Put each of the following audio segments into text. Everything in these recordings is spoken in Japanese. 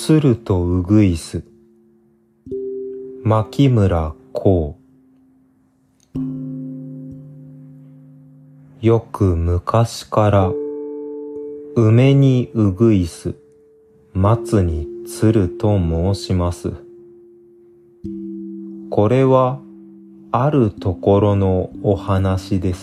鶴とうぐいす。牧村幸。よく昔から梅にうぐいす、松に鶴と申します。これはあるところのお話です。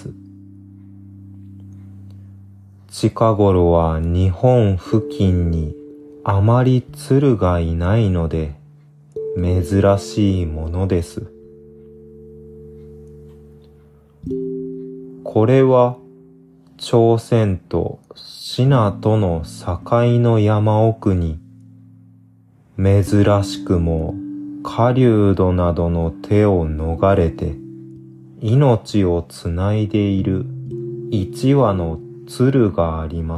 近頃は日本付近にあまり鶴がいないので珍しいものです。これは朝鮮とシナとの境の山奥に珍しくも狩人などの手を逃れて命をつないでいる一羽の鶴があります。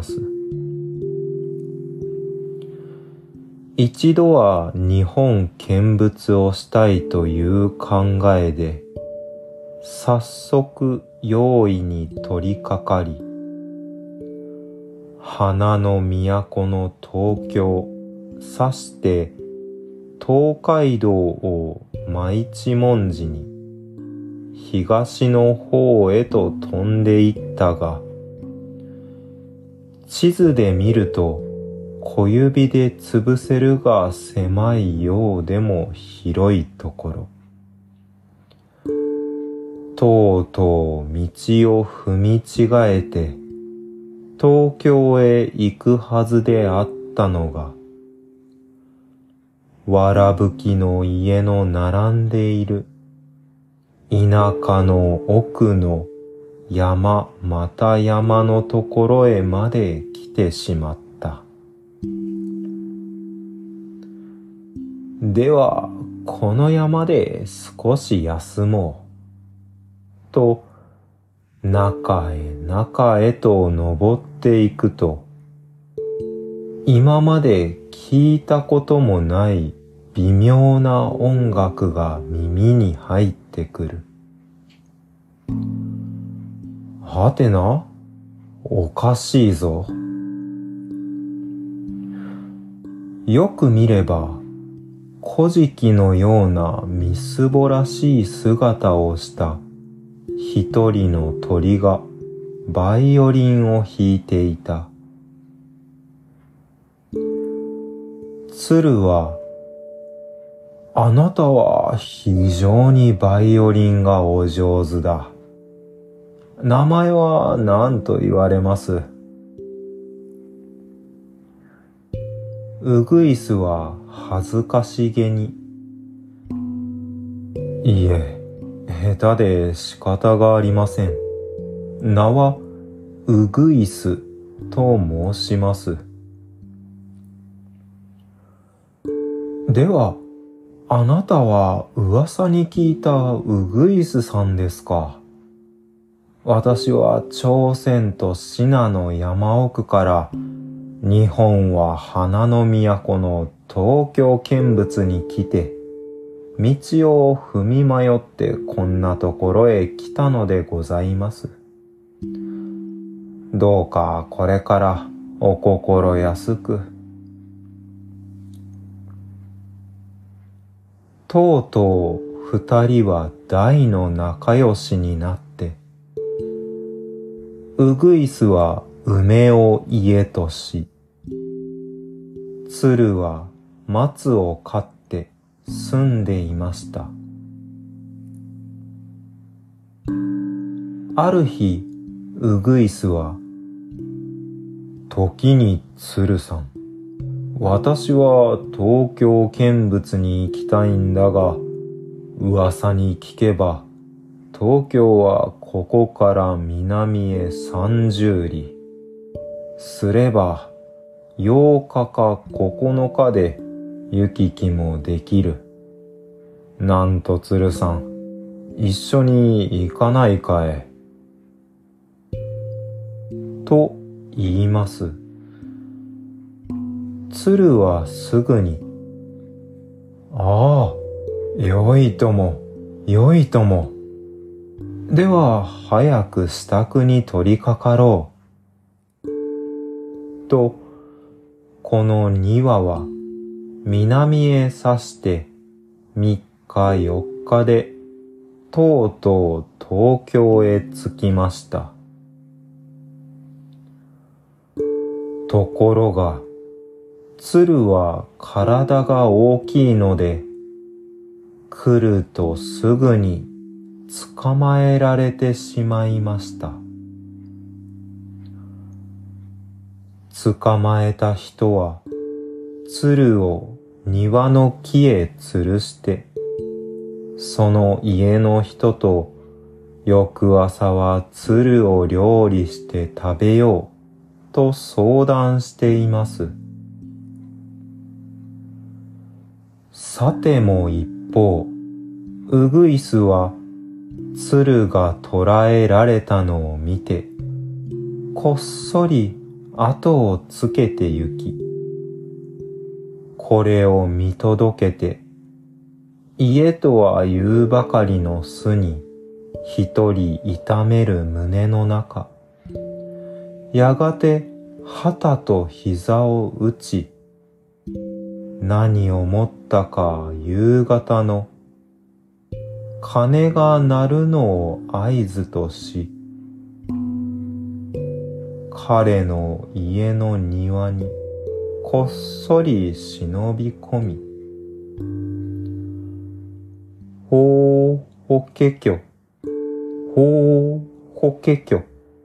一度は日本見物をしたいという考えで早速用意に取り掛かり、花の都の東京、さして東海道を真一文字に東の方へと飛んでいったが、地図で見ると小指で潰せるが狭いようでも広いところ、とうとう道を踏み違えて東京へ行くはずであったのが、わらぶきの家の並んでいる田舎の奥の山また山のところへまで来てしまった。ではこの山で少し休もうと中へと登っていくと、今まで聞いたこともない微妙な音楽が耳に入ってくる。はてな、おかしいぞ。よく見れば古事記のようなみすぼらしい姿をした一人の鳥がバイオリンを弾いていた。鶴は、あなたは非常にバイオリンがお上手だ。名前は何と言われます？うぐいすは恥ずかしげに、いえ、下手で仕方がありません。名はうぐいすと申します。では、あなたは噂に聞いたうぐいすさんですか。私は朝鮮とシナの山奥から日本は花の都の東京見物に来て、道を踏み迷ってこんなところへ来たのでございます。どうかこれからお心安く。とうとう二人は大の仲良しになって、うぐいすは梅を家とし、鶴は松を飼って住んでいました。ある日、うぐいすは、時に鶴さん、私は東京見物に行きたいんだが、噂に聞けば、東京はここから南へ30里。すれば、8日か9日で行き来もできる。なんと鶴さん、一緒に行かないかえ。と言います。鶴はすぐに、ああ、よいとも、よいとも。では早く支度に取り掛かろう。と、この2羽は南へ指して3日4日でとうとう東京へ着きました。ところが、鶴は体が大きいので、来るとすぐに捕まえられてしまいました。捕まえた人は、鶴を庭の木へ吊るして、その家の人と翌朝は鶴を料理して食べようと相談しています。さても一方、ウグイスは鶴が捕らえられたのを見て、こっそり後をつけて行き、これを見届けて、家とは言うばかりの巣に一人痛める胸の中、やがて旗と膝を打ち、何を思ったか夕方の鐘が鳴るのを合図とし、彼の家の庭にこっそり忍び込み、ほうほけきょ、ほうほけきょ。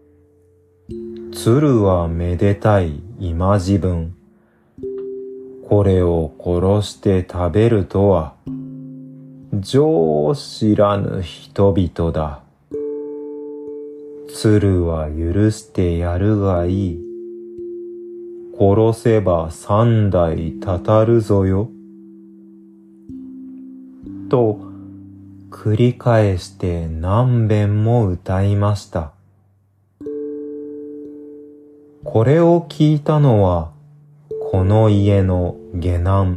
鶴はめでたい今時分。これを殺して食べるとは、情知らぬ人々だ。鶴は許してやるがいい。殺せば3代たたるぞよ。と繰り返して何遍も歌いました。これを聞いたのはこの家の下男。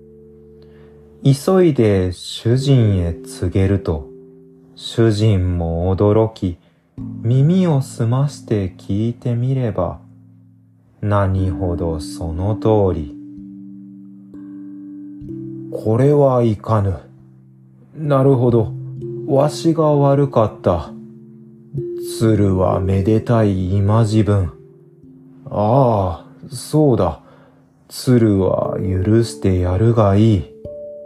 急いで主人へ告げると、主人も驚き、耳を澄まして聞いてみれば、何ほどその通り。これはいかぬ。なるほど、わしが悪かった。鶴はめでたい今時分。ああ、そうだ。鶴は許してやるがいい。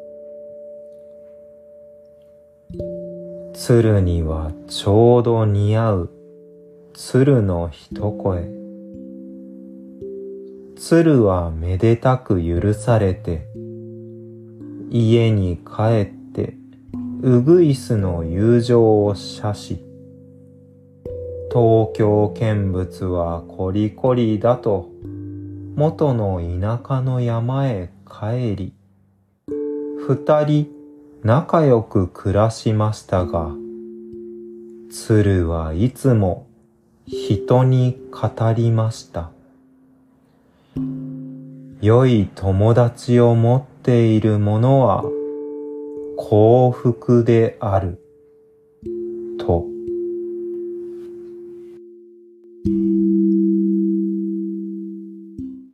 鶴にはちょうど似合う鶴の一声。鶴はめでたく許されて、家に帰ってウグイスの友情を謝し、東京見物はこりこりだと元の田舎の山へ帰り、二人仲良く暮らしましたが、鶴はいつも人に語りました。良い友達を持っている者は幸福である。